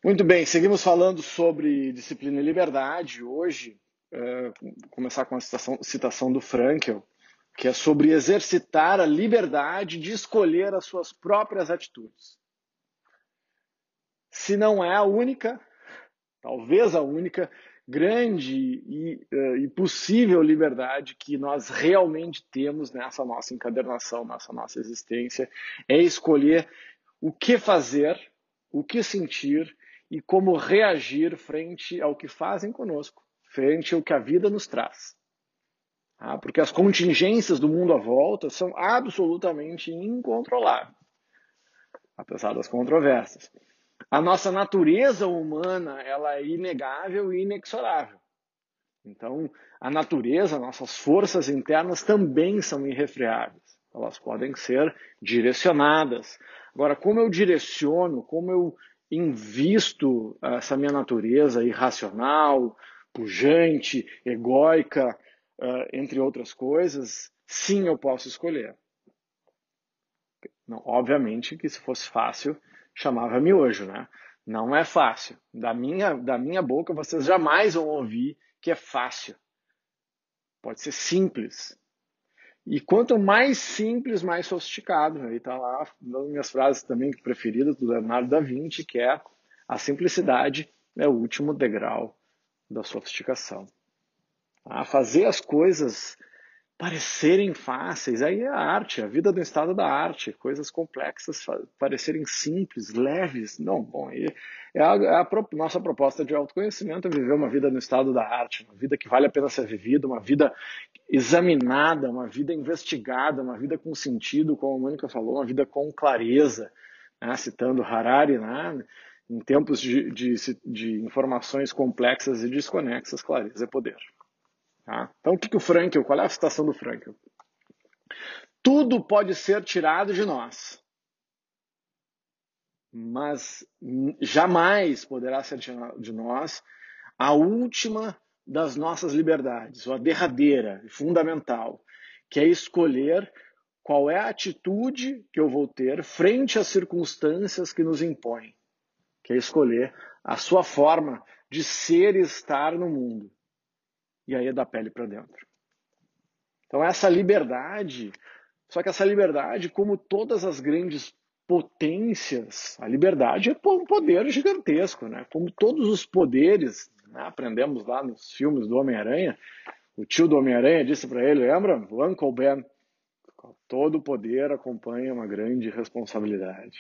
Muito bem, seguimos falando sobre disciplina e liberdade. Hoje, começar com a citação do Frankl, que é sobre exercitar a liberdade de escolher as suas próprias atitudes. Se não é a única, talvez a única, grande e possível liberdade que nós realmente temos nessa nossa encadernação, nessa nossa existência, é escolher o que fazer, o que sentir e como reagir frente ao que fazem conosco, frente ao que a vida nos traz. Porque as contingências do mundo à volta são absolutamente incontroláveis, apesar das controvérsias. A nossa natureza humana ela é inegável e inexorável. Então, a natureza, nossas forças internas também são irrefreáveis. Elas podem ser direcionadas. Agora, como eu direciono, como eu invisto essa minha natureza irracional, pujante, egóica, entre outras coisas, sim, eu posso escolher. Não, obviamente que se fosse fácil, chamava miojo, né? Não é fácil. Da minha boca, vocês jamais vão ouvir que é fácil. Pode ser simples. E quanto mais simples, mais sofisticado. Aí está lá uma das minhas frases também preferidas do Leonardo da Vinci, que é: a simplicidade é o último degrau da sofisticação. Fazer as coisas parecerem fáceis, aí é a arte, a vida do estado da arte, coisas complexas parecerem simples, leves. Não, bom, aí é a nossa proposta de autoconhecimento, é viver uma vida no estado da arte, uma vida que vale a pena ser vivida, uma vida examinada, uma vida investigada, uma vida com sentido, como a Mônica falou, uma vida com clareza, né? Citando Harari, né? Em tempos de informações complexas e desconexas, clareza é poder. Então, o que o Frankl, qual é a citação do Frankl? Tudo pode ser tirado de nós, mas jamais poderá ser tirado de nós a última das nossas liberdades, ou a derradeira e fundamental, que é escolher qual é a atitude que eu vou ter frente às circunstâncias que nos impõem, que é escolher a sua forma de ser e estar no mundo. E aí é da pele para dentro. Então essa liberdade, só que essa liberdade, como todas as grandes potências, a liberdade é um poder gigantesco, né? Como todos os poderes, né? Aprendemos lá nos filmes do Homem-Aranha, o tio do Homem-Aranha disse para ele, lembra? O Uncle Ben, todo poder acompanha uma grande responsabilidade.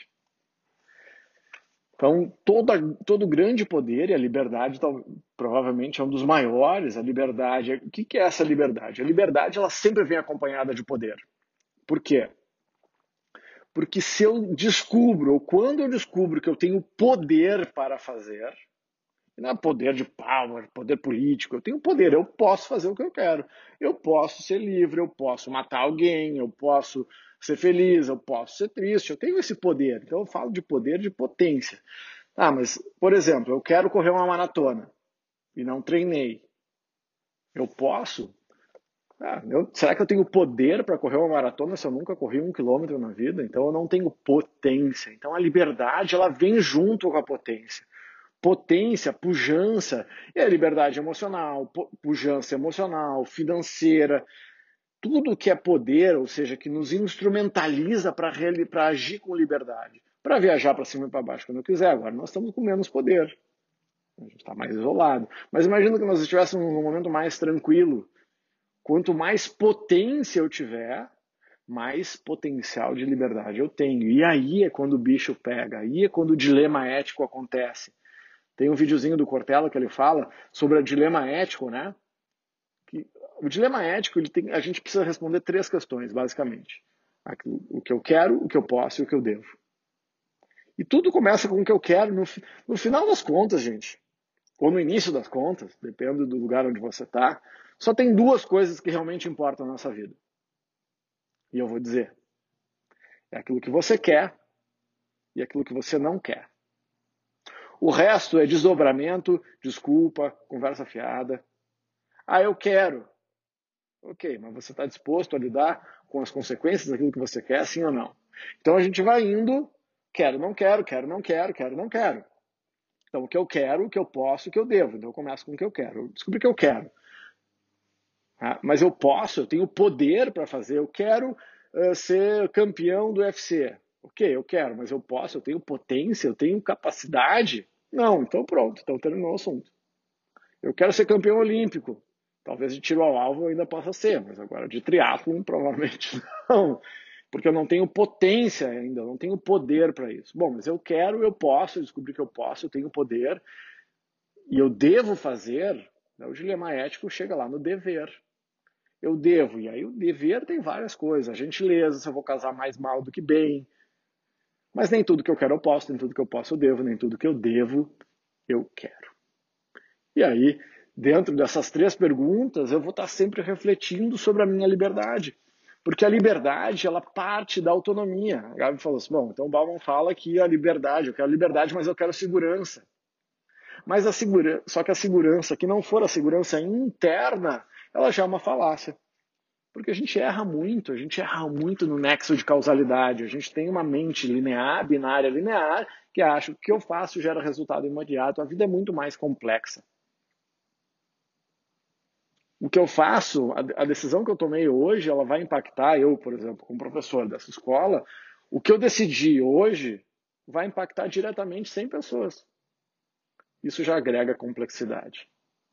Então, todo grande poder, e a liberdade provavelmente é um dos maiores, a liberdade. O que é essa liberdade? A liberdade ela sempre vem acompanhada de poder. Por quê? Porque se eu descubro, ou quando eu descubro que eu tenho poder para fazer, não é poder de power, poder político, eu tenho poder, eu posso fazer o que eu quero. Eu posso ser livre, eu posso matar alguém, eu posso ser feliz, eu posso ser triste, eu tenho esse poder. Então eu falo de poder de potência. Mas, por exemplo, eu quero correr uma maratona e não treinei. Eu posso? Será que eu tenho poder para correr uma maratona se eu nunca corri 1 quilômetro na vida? Então eu não tenho potência. Então a liberdade ela vem junto com a potência. Potência, pujança, e a liberdade emocional, pujança emocional, financeira, tudo que é poder, ou seja, que nos instrumentaliza para agir com liberdade, para viajar para cima e para baixo quando eu quiser. Agora nós estamos com menos poder, a gente está mais isolado. Mas imagina que nós estivéssemos num momento mais tranquilo. Quanto mais potência eu tiver, mais potencial de liberdade eu tenho. E aí é quando o bicho pega, aí é quando o dilema ético acontece. Tem um videozinho do Cortella que ele fala sobre o dilema ético, né? O dilema ético, a gente precisa responder 3 questões, basicamente. O que eu quero, o que eu posso e o que eu devo. E tudo começa com o que eu quero no final das contas, gente. Ou no início das contas, depende do lugar onde você está. Só tem 2 coisas que realmente importam na nossa vida. E eu vou dizer. É aquilo que você quer e aquilo que você não quer. O resto é desdobramento, desculpa, conversa fiada. Eu quero. Ok, mas você está disposto a lidar com as consequências daquilo que você quer, sim ou não? Então a gente vai indo, quero, não quero, quero, não quero, quero, não quero. Então, o que eu quero, o que eu posso, o que eu devo. Então, eu começo com o que eu quero. Eu descobri o que eu quero. Tá? Mas eu posso, eu tenho poder para fazer. Eu quero ser campeão do UFC. Ok, eu quero, mas eu posso, eu tenho potência, eu tenho capacidade. Não, então pronto, então terminou o assunto. Eu quero ser campeão olímpico. Talvez de tiro ao alvo eu ainda possa ser, mas agora de triatlon provavelmente não, porque eu não tenho potência ainda, eu não tenho poder para isso. Bom, mas eu quero, eu posso, eu descobri que eu posso, eu tenho poder e eu devo fazer. O dilema ético chega lá no dever. Eu devo, e aí o dever tem várias coisas, a gentileza, se eu vou casar mais mal do que bem, mas nem tudo que eu quero eu posso, nem tudo que eu posso eu devo, nem tudo que eu devo eu quero. E aí, dentro dessas três perguntas, eu vou estar sempre refletindo sobre a minha liberdade. Porque a liberdade, ela parte da autonomia. A Gabi falou assim, bom, então o Bauman fala que a liberdade, eu quero liberdade, mas eu quero segurança. Mas só que a segurança, que não for a segurança interna, ela já é uma falácia. Porque a gente erra muito no nexo de causalidade. A gente tem uma mente linear, binária linear, que acha que o que eu faço gera resultado imediato. A vida é muito mais complexa. O que eu faço, a decisão que eu tomei hoje, ela vai impactar, eu, por exemplo, como professor dessa escola, o que eu decidi hoje vai impactar diretamente 100 pessoas. Isso já agrega complexidade.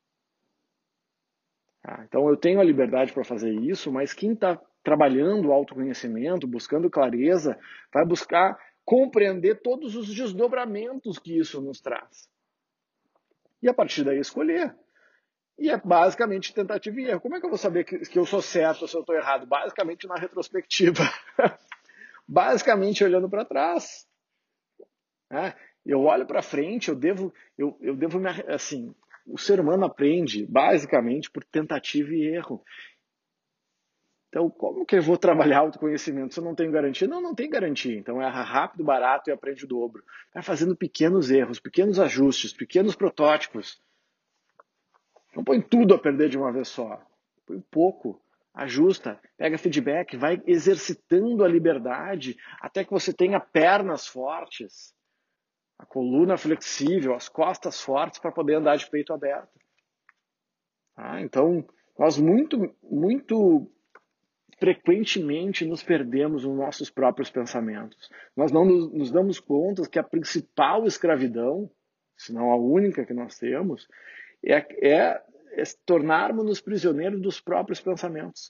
Então eu tenho a liberdade para fazer isso, mas quem está trabalhando o autoconhecimento, buscando clareza, vai buscar compreender todos os desdobramentos que isso nos traz. E a partir daí escolher. E é basicamente tentativa e erro. Como é que eu vou saber que eu sou certo ou se eu estou errado? Basicamente na retrospectiva. Basicamente olhando para trás. Né? Eu olho para frente, eu devo me, assim, o ser humano aprende basicamente por tentativa e erro. Então, como que eu vou trabalhar autoconhecimento se eu não tenho garantia? Não, não tem garantia. Então, erra rápido, barato e aprende o dobro. Vai fazendo pequenos erros, pequenos ajustes, pequenos protótipos. Não põe tudo a perder de uma vez só. Põe um pouco, ajusta, pega feedback, vai exercitando a liberdade até que você tenha pernas fortes, a coluna flexível, as costas fortes para poder andar de peito aberto. Então, nós muito frequentemente nos perdemos nos nossos próprios pensamentos. Nós não nos damos conta que a principal escravidão, se não a única que nós temos, é tornarmos-nos prisioneiros dos próprios pensamentos.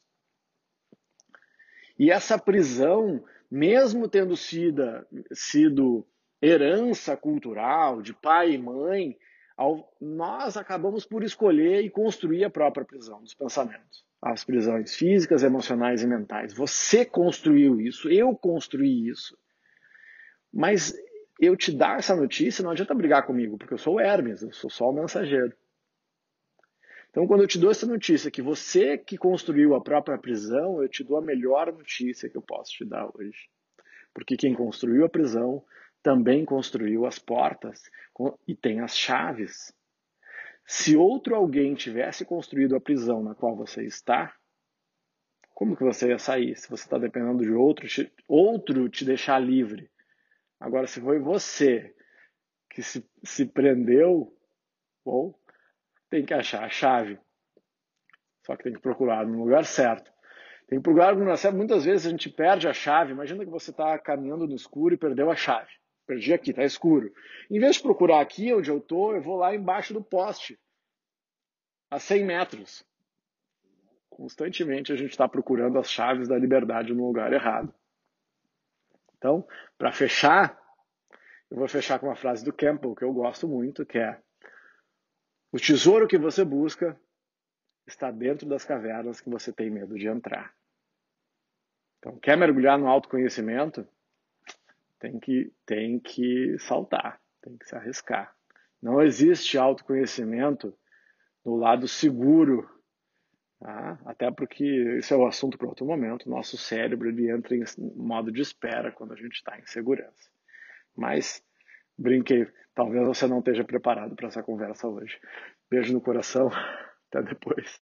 E essa prisão, mesmo tendo sido herança cultural de pai e mãe, nós acabamos por escolher e construir a própria prisão dos pensamentos. As prisões físicas, emocionais e mentais. Você construiu isso, eu construí isso. Mas eu te dar essa notícia, não adianta brigar comigo, porque eu sou o Hermes, eu sou só o mensageiro. Então, quando eu te dou essa notícia que você que construiu a própria prisão, eu te dou a melhor notícia que eu posso te dar hoje. Porque quem construiu a prisão também construiu as portas e tem as chaves. Se outro alguém tivesse construído a prisão na qual você está, como que você ia sair se você está dependendo de outro te deixar livre? Agora, se foi você que se prendeu, ou tem que achar a chave. Só que tem que procurar no lugar certo. Tem que procurar no lugar certo. Muitas vezes a gente perde a chave. Imagina que você está caminhando no escuro e perdeu a chave. Perdi aqui, está escuro. Em vez de procurar aqui onde eu estou, eu vou lá embaixo do poste, a 100 metros. Constantemente a gente está procurando as chaves da liberdade no lugar errado. Então, para fechar, eu vou fechar com uma frase do Campbell, que eu gosto muito, que é: o tesouro que você busca está dentro das cavernas que você tem medo de entrar. Então, quer mergulhar no autoconhecimento? Tem que saltar, tem que se arriscar. Não existe autoconhecimento no lado seguro, tá? Até porque isso é o assunto para outro momento. Nosso cérebro ele entra em modo de espera quando a gente está em segurança. Mas brinquei, talvez você não esteja preparado para essa conversa hoje. Beijo no coração, até depois.